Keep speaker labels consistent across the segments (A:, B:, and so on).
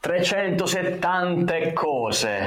A: 370 cose.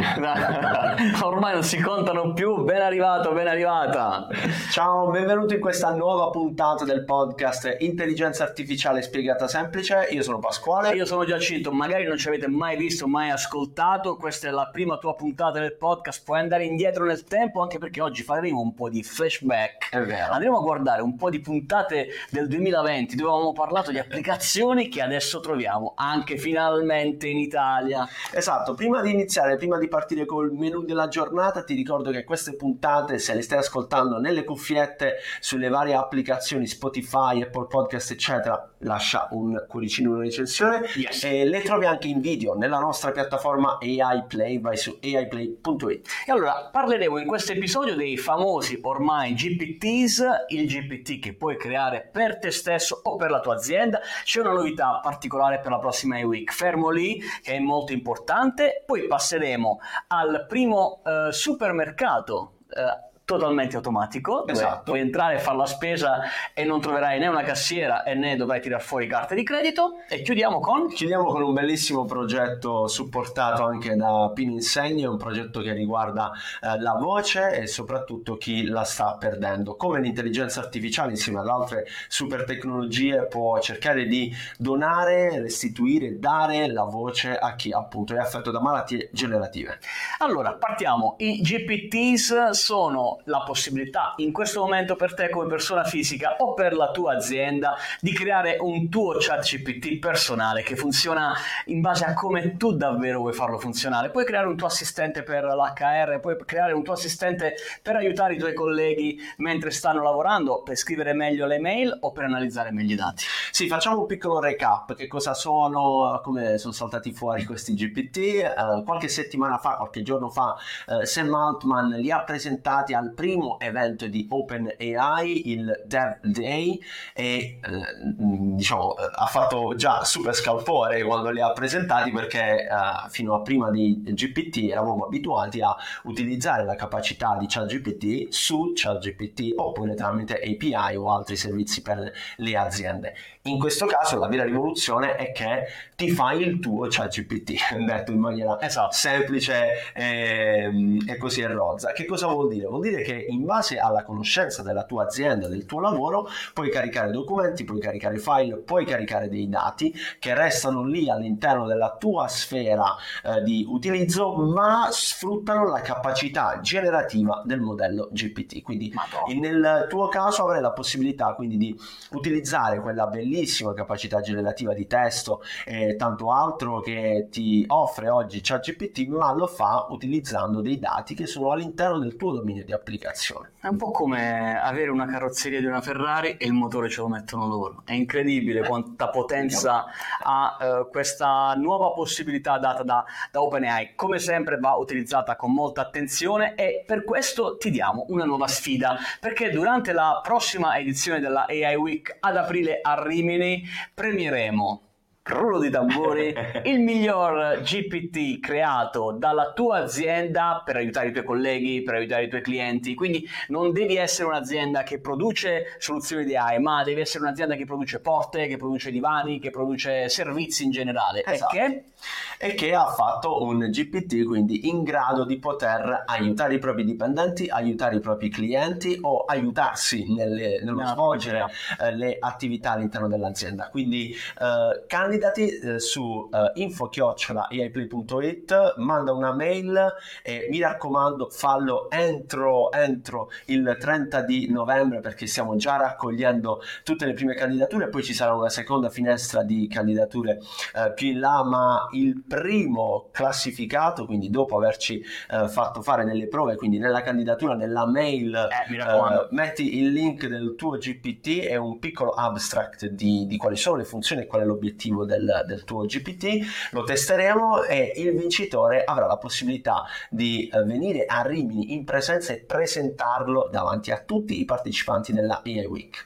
A: Ormai non si contano più. Ben arrivato, ben arrivata.
B: Ciao, benvenuto in questa nuova puntata del podcast Intelligenza Artificiale Spiegata Semplice. Io sono Pasquale.
A: Io sono Giacinto. Magari non ci avete mai visto, mai ascoltato. Questa è la prima tua puntata del podcast. Puoi andare indietro nel tempo, anche perché oggi faremo un po' di flashback.
B: È vero.
A: Andremo a guardare un po' di puntate del 2020 dove avevamo parlato di applicazioni che adesso troviamo anche finalmente in Italia.
B: Esatto, prima di iniziare, prima di partire col menu della giornata, ti ricordo che queste puntate, se le stai ascoltando nelle cuffiette, sulle varie applicazioni Spotify, Apple Podcast eccetera, lascia un cuoricino, una recensione.
A: Yes.
B: E le trovi anche in video nella nostra piattaforma AI Play, vai su aiplay.it.
A: E allora parleremo in questo episodio dei famosi ormai GPTs, il GPT che puoi creare per te stesso o per la tua azienda. C'è una novità particolare per la prossima AI Week, fermo lì, che è molto importante. Poi passeremo al primo supermercato totalmente automatico, dove
B: Esatto.
A: puoi entrare e fare la spesa e non troverai né una cassiera e né dovrai tirare fuori carte di credito. E chiudiamo con
B: Un bellissimo progetto supportato anche da Pino Insegni, un progetto che riguarda la voce e soprattutto chi la sta perdendo. Come l'intelligenza artificiale insieme ad altre super tecnologie può cercare di donare, restituire, dare la voce a chi appunto è affetto da malattie generative.
A: Allora, partiamo. I GPTs sono la possibilità in questo momento per te come persona fisica o per la tua azienda di creare un tuo chat GPT personale che funziona in base a come tu davvero vuoi farlo funzionare. Puoi creare un tuo assistente per l'HR, puoi creare un tuo assistente per aiutare i tuoi colleghi mentre stanno lavorando, per scrivere meglio le mail o per analizzare meglio i dati.
B: Sì, facciamo un piccolo recap, che cosa sono, come sono saltati fuori questi GPT. Qualche settimana fa, qualche giorno fa, Sam Altman li ha presentati al primo evento di OpenAI, il Dev Day, e ha fatto già super scalpore quando li ha presentati, perché fino a prima di GPT eravamo abituati a utilizzare la capacità di ChatGPT su ChatGPT oppure tramite API o altri servizi per le aziende. In questo caso la vera rivoluzione è che ti fai il tuo ChatGPT, detto in maniera semplice e così è rozza. Che cosa vuol dire? Vuol dire che in base alla conoscenza della tua azienda, del tuo lavoro, puoi caricare documenti, puoi caricare file, puoi caricare dei dati che restano lì all'interno della tua sfera di utilizzo, ma sfruttano la capacità generativa del modello GPT. Quindi nel tuo caso avrai la possibilità quindi di utilizzare quella bellissima capacità generativa di testo e tanto altro che ti offre oggi ChatGPT, ma lo fa utilizzando dei dati che sono all'interno del tuo dominio di applicazione.
A: È un po' come avere una carrozzeria di una Ferrari e il motore ce lo mettono loro. È incredibile quanta potenza ha questa nuova possibilità data da OpenAI. Come sempre va utilizzata con molta attenzione e per questo ti diamo una nuova sfida, perché durante la prossima edizione della AI Week ad aprile a Rimini premieremo, rullo di tamburi, il miglior GPT creato dalla tua azienda per aiutare i tuoi colleghi, per aiutare i tuoi clienti. Quindi non devi essere un'azienda che produce soluzioni di AI, ma devi essere un'azienda che produce porte, che produce divani, che produce servizi in generale.
B: Esatto. E che ha fatto un GPT quindi in grado di poter aiutare i propri dipendenti, aiutare i propri clienti o aiutarsi nello svolgere le attività all'interno dell'azienda. Quindi candidati su info@aiplay.it, manda una mail e mi raccomando fallo entro il 30 di novembre, perché stiamo già raccogliendo tutte le prime candidature, poi ci sarà una seconda finestra di candidature più in là, ma il primo classificato, quindi dopo averci fatto fare delle prove, quindi nella candidatura, nella mail, metti il link del tuo GPT e un piccolo abstract di quali sono le funzioni e qual è l'obiettivo del tuo GPT. Lo testeremo e il vincitore avrà la possibilità di venire a Rimini in presenza e presentarlo davanti a tutti i partecipanti della AI Week.
A: Ma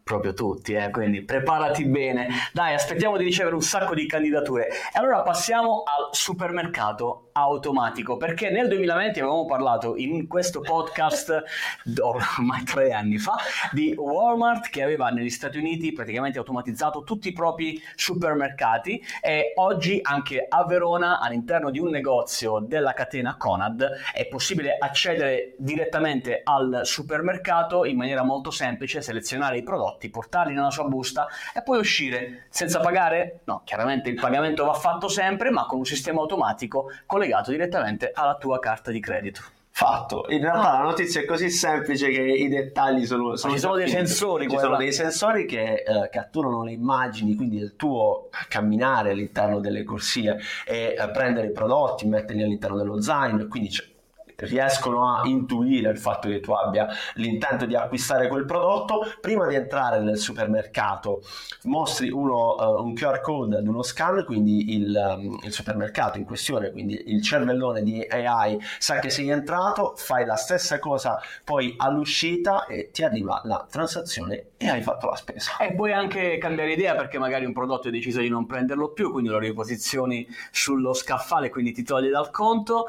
A: proprio tutti, quindi preparati bene. Dai, aspettiamo di ricevere un sacco di candidature. E allora passiamo al supermercato automatico, perché nel 2020 avevamo parlato in questo podcast, ormai 3 anni fa, di Walmart che aveva negli Stati Uniti praticamente automatizzato tutti i propri supermercati, e oggi anche a Verona, all'interno di un negozio della catena Conad, è possibile accedere direttamente al supermercato in maniera molto semplice, selezionare i prodotti, portarli nella sua busta e poi uscire senza pagare. No, chiaramente il pagamento va fatto sempre, ma con un sistema automatico collegato direttamente alla tua carta di credito.
B: Fatto. In realtà la notizia è così semplice che i dettagli sono
A: ci sono dei sensori,
B: ci sono dei sensori che catturano le immagini, quindi il tuo camminare all'interno delle corsie e prendere i prodotti, metterli all'interno dello zaino, e quindi riescono a intuire il fatto che tu abbia l'intento di acquistare quel prodotto. Prima di entrare nel supermercato mostri un QR code ad uno scan, quindi il supermercato in questione, quindi il cervellone di AI sa che sei entrato, fai la stessa cosa poi all'uscita e ti arriva la transazione e hai fatto la spesa.
A: E puoi anche cambiare idea, perché magari un prodotto hai deciso di non prenderlo più, quindi lo riposizioni sullo scaffale, quindi ti toglie dal conto,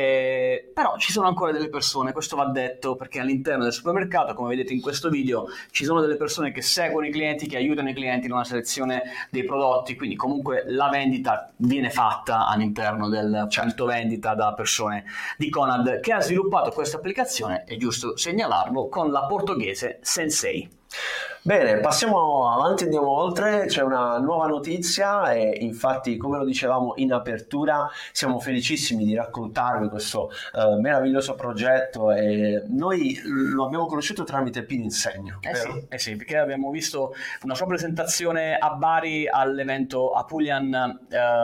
A: però ci sono ancora delle persone, questo va detto, perché all'interno del supermercato, come vedete in questo video, ci sono delle persone che seguono i clienti, che aiutano i clienti nella selezione dei prodotti, quindi comunque la vendita viene fatta all'interno del centro vendita da persone di Conad, che ha sviluppato questa applicazione, è giusto segnalarlo, con la portoghese Sensei.
B: Bene, passiamo avanti, andiamo oltre. C'è una nuova notizia e infatti, come lo dicevamo in apertura, siamo felicissimi di raccontarvi questo meraviglioso progetto, e noi lo abbiamo conosciuto tramite Pininsegno.
A: Sì, perché abbiamo visto una sua presentazione a Bari all'evento Apulian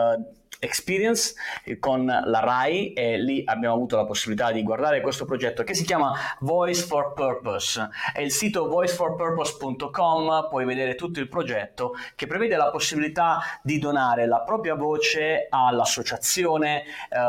A: Experience con la RAI, e lì abbiamo avuto la possibilità di guardare questo progetto che si chiama Voice for Purpose. È il sito voiceforpurpose.com, puoi vedere tutto il progetto, che prevede la possibilità di donare la propria voce all'associazione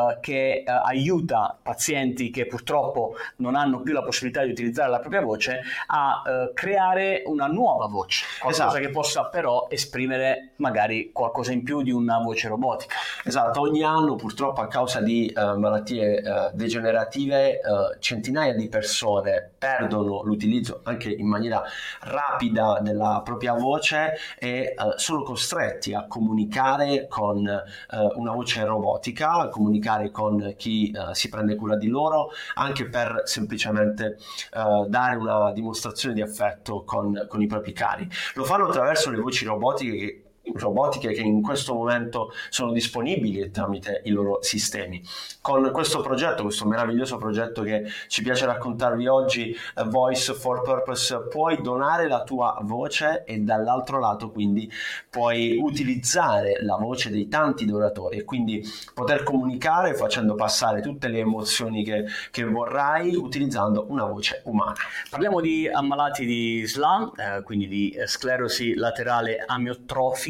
A: che aiuta pazienti che purtroppo non hanno più la possibilità di utilizzare la propria voce a creare una nuova voce, qualcosa che possa però esprimere magari qualcosa in più di una voce robotica.
B: Esatto, ogni anno purtroppo a causa di malattie degenerative centinaia di persone perdono l'utilizzo anche in maniera rapida della propria voce e sono costretti a comunicare con una voce robotica, a comunicare con chi si prende cura di loro, anche per semplicemente dare una dimostrazione di affetto con i propri cari. Lo fanno attraverso le voci robotiche che in questo momento sono disponibili tramite i loro sistemi. Con questo progetto, questo meraviglioso progetto che ci piace raccontarvi oggi, Voice for Purpose, puoi donare la tua voce e dall'altro lato quindi puoi utilizzare la voce dei tanti donatori e quindi poter comunicare facendo passare tutte le emozioni che vorrai utilizzando una voce umana.
A: Parliamo di ammalati di SLA, quindi di sclerosi laterale amiotrofica,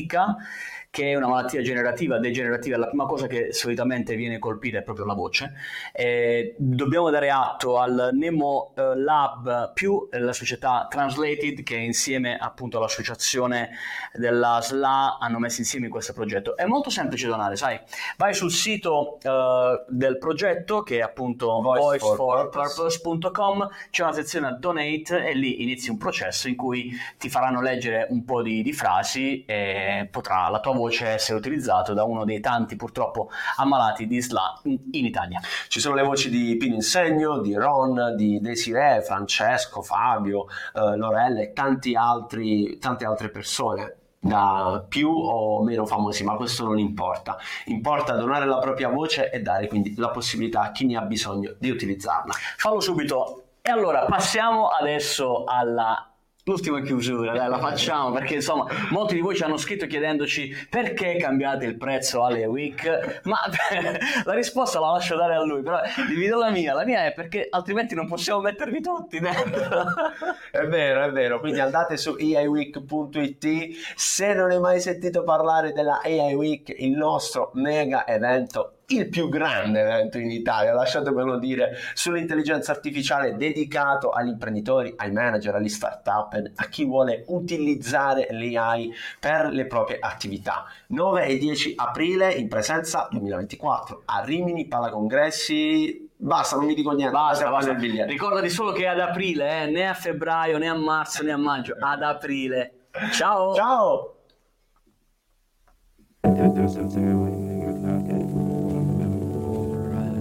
A: che è una malattia degenerativa. La prima cosa che solitamente viene colpita è proprio la voce. Dobbiamo dare atto al Nemo Lab più la società Translated, che insieme appunto all'associazione della SLA hanno messo insieme questo progetto. È molto semplice donare, sai, vai sul sito del progetto, che è appunto voiceforpurpose.com, c'è una sezione Donate e lì inizi un processo in cui ti faranno leggere un po' di frasi e potrà la tua voce essere utilizzato da uno dei tanti purtroppo ammalati di SLA in Italia.
B: Ci sono le voci di Pininsegno, di Ron, di Desiree, Francesco, Fabio, Lorella e tante altre persone, da più o meno famosi, ma questo non importa. Importa donare la propria voce e dare quindi la possibilità a chi ne ha bisogno di utilizzarla.
A: Fallo subito. E allora passiamo adesso l'ultima chiusura, dai, la facciamo, perché insomma molti di voi ci hanno scritto chiedendoci perché cambiate il prezzo alle week, ma la risposta la lascio dare a lui, però vi do la mia è perché altrimenti non possiamo mettervi tutti dentro.
B: È vero, quindi andate su aiweek.it, se non hai mai sentito parlare della AI Week, il nostro mega evento il più grande evento in Italia, lasciatemelo dire, sull'intelligenza artificiale, dedicato agli imprenditori, ai manager, agli startup, a chi vuole utilizzare l'AI per le proprie attività. 9 e 10 aprile in presenza 2024 a Rimini, Palacongressi. Basta, non mi dico niente.
A: Basta. Ricordati solo che è ad aprile, né a febbraio, né a marzo, né a maggio, ad aprile. Ciao!
B: Ciao!